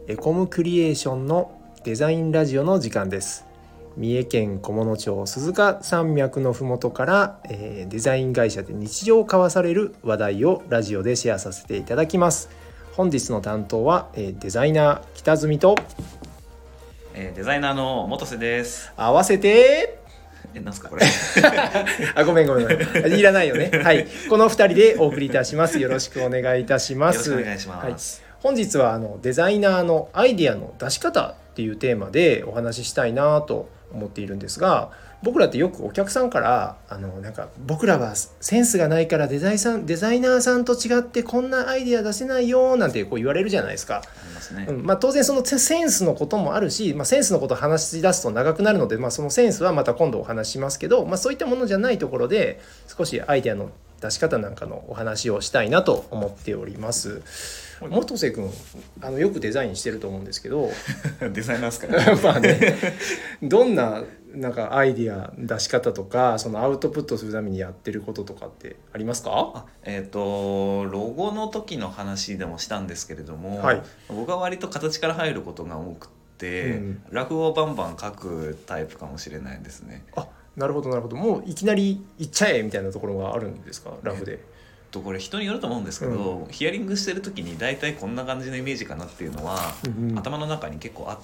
エコムクリエーションのデザインラジオの時間です。三重県菰野町鈴鹿山脈のふもとから、デザイン会社で日常交わされる話題をラジオでシェアさせていただきます。本日の担当は、デザイナー北住と、 デザイナーの元瀬です。 合わせてなんすかこれごめんいらないよね。はい、この2人でお送りいたします。よろしくお願いいたします。 よろしくお願いします。 本日はデザイナーのアイデアの出し方っていうテーマでお話ししたいなと思っているんですが、僕らってよくお客さんからなんか僕らはセンスがないからデザイナーさんと違ってこんなアイデア出せないよなんてこう言われるじゃないですか。 ありますね。 当然そのセンスのこともあるし、センスのことを話し出すと長くなるので、そのセンスはまた今度お話ししますけど、そういったものじゃないところで少しアイデアの出し方なんかのお話をしたいなと思っております。元瀬君よくデザインしてると思うんですけどデザイナーですからねどんなアイディア出し方とか、そのアウトプットするためにやってることとかってありますか？ ロゴの時の話でもしたんですけれども、 はい、 僕は割と形から入ることが多くて、ラフをバンバン書くタイプかもしれないですね。 なるほど。もういきなりいっちゃえみたいなところがあるんですか、ラフで？ これ人によると思うんですけど、ヒアリングしてる時に大体こんな感じのイメージかなっていうのは、頭の中に結構あって、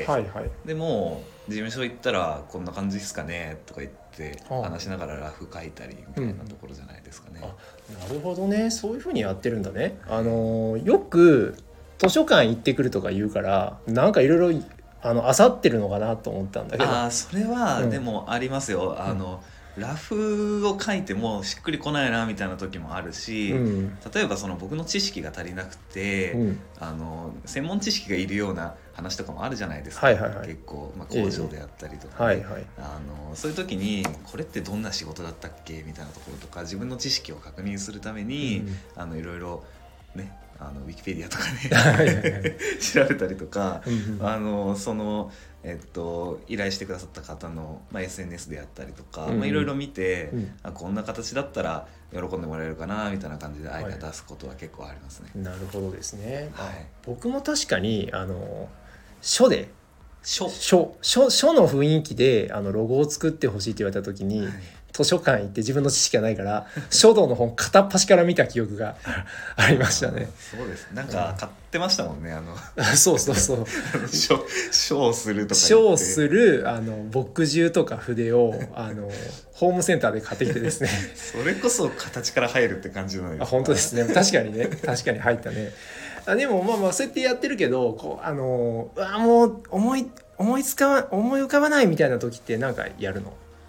でも事務所行ったらこんな感じですかねとか言って話しながらラフ書いたりみたいなところじゃないですかね。 なるほどね、そういう風にやってるんだね。よく図書館行ってくるとか言うから、なんかいろいろ漁ってるのかなと思ったんだけど。 それはでもありますよ。ラフを書いてもしっくりこないなみたいな時もあるし、例えばその僕の知識が足りなくて、専門知識がいるような話とかもあるじゃないですか。結構、工場であったりとか、そういう時にこれってどんな仕事だったっけみたいなところとか、自分の知識を確認するために、いろいろね、ウィキペディアとかね調べたりとか、その依頼してくださった方の、SNS であったりとか、いろいろ見て、こんな形だったら喜んでもらえるかなみたいな感じでアイデア出すことは結構ありますね。 なるほどですね。僕も確かに書の雰囲気でロゴを作ってほしいって言われた時に、図書館行って自分の知識がないから書道の本片っ端から見た記憶がありましたね。 そうです。買ってましたもんね。 そう書をするとか書をする墨汁とか筆をホームセンターで買ってきてですねそれこそ形から入るって感じじゃないですか。 本当ですね。確かに入ったね。でもそうやってやってるけど、もう思い浮かばないみたいな時ってなんかやるの？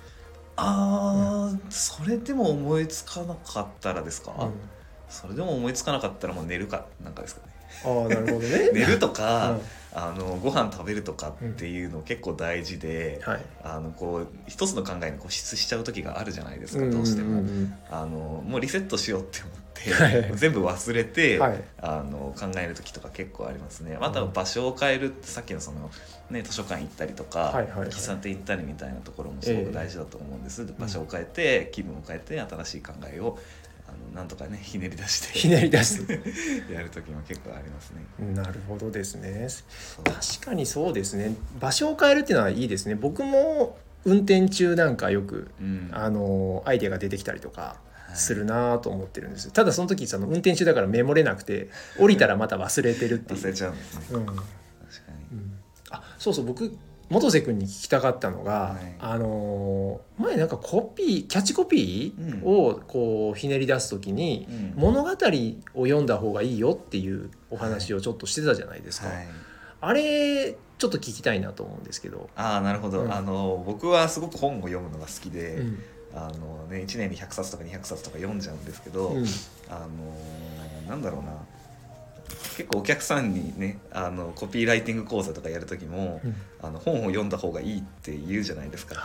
それでも思いつかなかったらですか？それでも思いつかなかったらもう寝るかなんかですかね。 なるほどね寝るとか、ご飯食べるとかっていうの結構大事で、こう一つの考えに固執しちゃう時があるじゃないですか。どうしてももうリセットしようって思って全部忘れて、考える時とか結構ありますね。また場所を変えるって、さっきのそのね、図書館行ったりとか、喫茶店行ったりみたいなところもすごく大事だと思うんです。場所を変えて気分を変えて新しい考えをなんとかねひねり出してやる時も結構ありますね。 なるほどですね。確かにそうですね。場所を変えるっていうのはいいですね。僕も運転中なんかよく、アイデアが出てきたりとかするなと思ってるんです。ただその時運転中だからメモれなくて、降りたらまた忘れてるっていう忘れちゃうんですね。確かに。 そう僕元瀬君に聞きたかったのが、前キャッチコピーをこうひねり出すときに、物語を読んだ方がいいよっていうお話をちょっとしてたじゃないですか。あれちょっと聞きたいなと思うんですけど。 なるほど。僕はすごく本を読むのが好きで、1年に100冊とか200冊とか読んじゃうんですけど、なんだろうな、結構お客さんにねコピーライティング講座とかやる時も、本を読んだ方がいいって言うじゃないですか。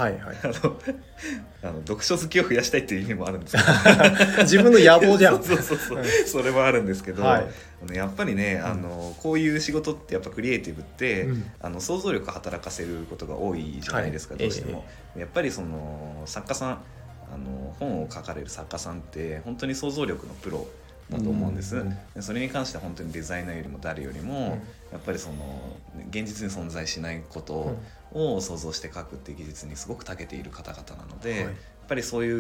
読書好きを増やしたいっていう意味もあるんですけど自分の野望じゃんそれもあるんですけど、やっぱりねこういう仕事ってやっぱクリエイティブって、想像力を働かせることが多いじゃないですか。どうしてもやっぱりその作家さん本を書かれる作家さんって本当に想像力のプロだと思うんです、それに関しては本当にデザイナーよりも誰よりも、やっぱりその現実に存在しないことを想像して書くっていう技術にすごく長けている方々なので、やっぱりそういう、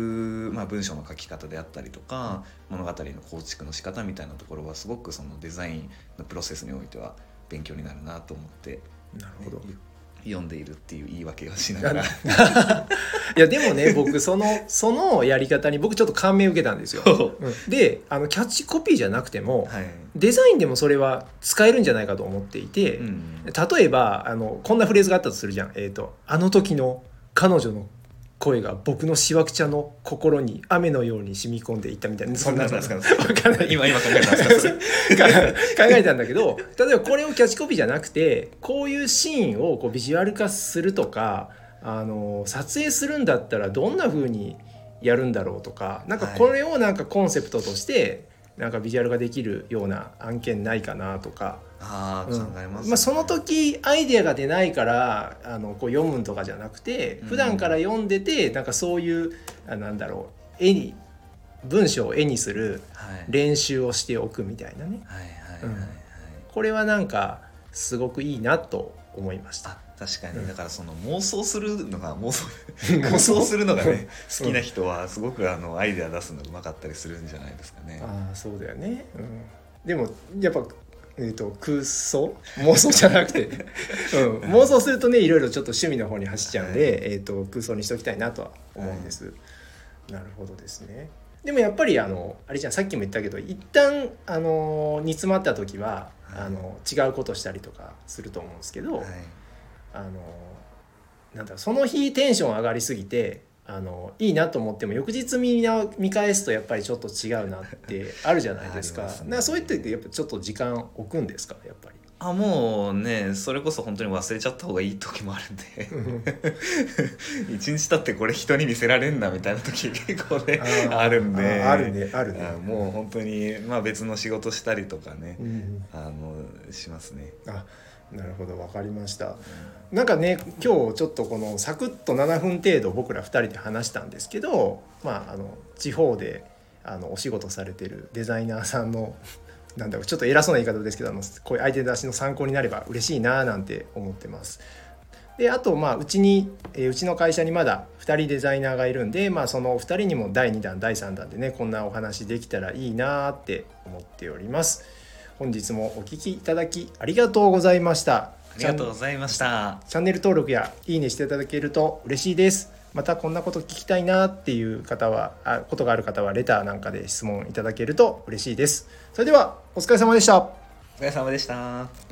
文章の書き方であったりとか、物語の構築の仕方みたいなところはすごくそのデザインのプロセスにおいては勉強になるなと思って、 なるほど、 読んでいるっていう言い訳をしながらいやでもね、僕そのやり方に僕ちょっと感銘受けたんですよでキャッチコピーじゃなくても、デザインでもそれは使えるんじゃないかと思っていて、例えばこんなフレーズがあったとするじゃん、あの時の彼女の声が僕のしわくちゃの心に雨のように染み込んでいったみたいな、そんなのですか今考えたんですか考えたんだけど、例えばこれをキャッチコピーじゃなくて、こういうシーンをこうビジュアル化するとか、撮影するんだったらどんな風にやるんだろうとか、なんかこれをなんかコンセプトとしてなんかビジュアルができるような案件ないかなとか。 考えますね。 その時アイデアが出ないからこう読むとかじゃなくて、普段から読んでてなんかそういうなんだろう、文章を絵にする練習をしておくみたいなね。これはなんかすごくいいなと思いました。 確かに、だからその妄想するのが妄想するのがね好きな人はすごくアイデア出すのうまかったりするんじゃないですかね。 そうだよね、でもやっぱ空想妄想じゃなくて、妄想するとねいろいろちょっと趣味の方に走っちゃうんで、空想にしておきたいなとは思うんです、なるほどですね。でもやっぱりあれじゃん、さっきも言ったけど一旦煮詰まった時は違うことしたりとかすると思うんですけど、なんだろう、その日テンション上がりすぎていいなと思っても翌日見返すとやっぱりちょっと違うなってあるじゃないですか。なんかそういった時やっぱちょっと時間置くんですか、やっぱり。 もうね、それこそ本当に忘れちゃった方がいい時もあるんで一日経ってこれ人に見せられんなみたいな時結構ねあるんで、 あるねもう本当に別の仕事したりとかね、しますね。 なるほど、分かりました。なんかね、今日ちょっとこのサクッと7分程度僕ら2人で話したんですけど、地方でお仕事されてるデザイナーさんのなんだろう、ちょっと偉そうな言い方ですけどこういう相手出しの参考になれば嬉しいななんて思ってます。であとうちの会社にまだ2人デザイナーがいるんで、その2人にも第2弾第3弾でねこんなお話できたらいいなって思っております。本日もお聞きいただきありがとうございました。 ありがとうございました。 チャンネル登録やいいねしていただけると嬉しいです。またこんなこと聞きたいなっていう方はことがある方はレターなんかで質問いただけると嬉しいです。それではお疲れ様でした。 お疲れ様でした。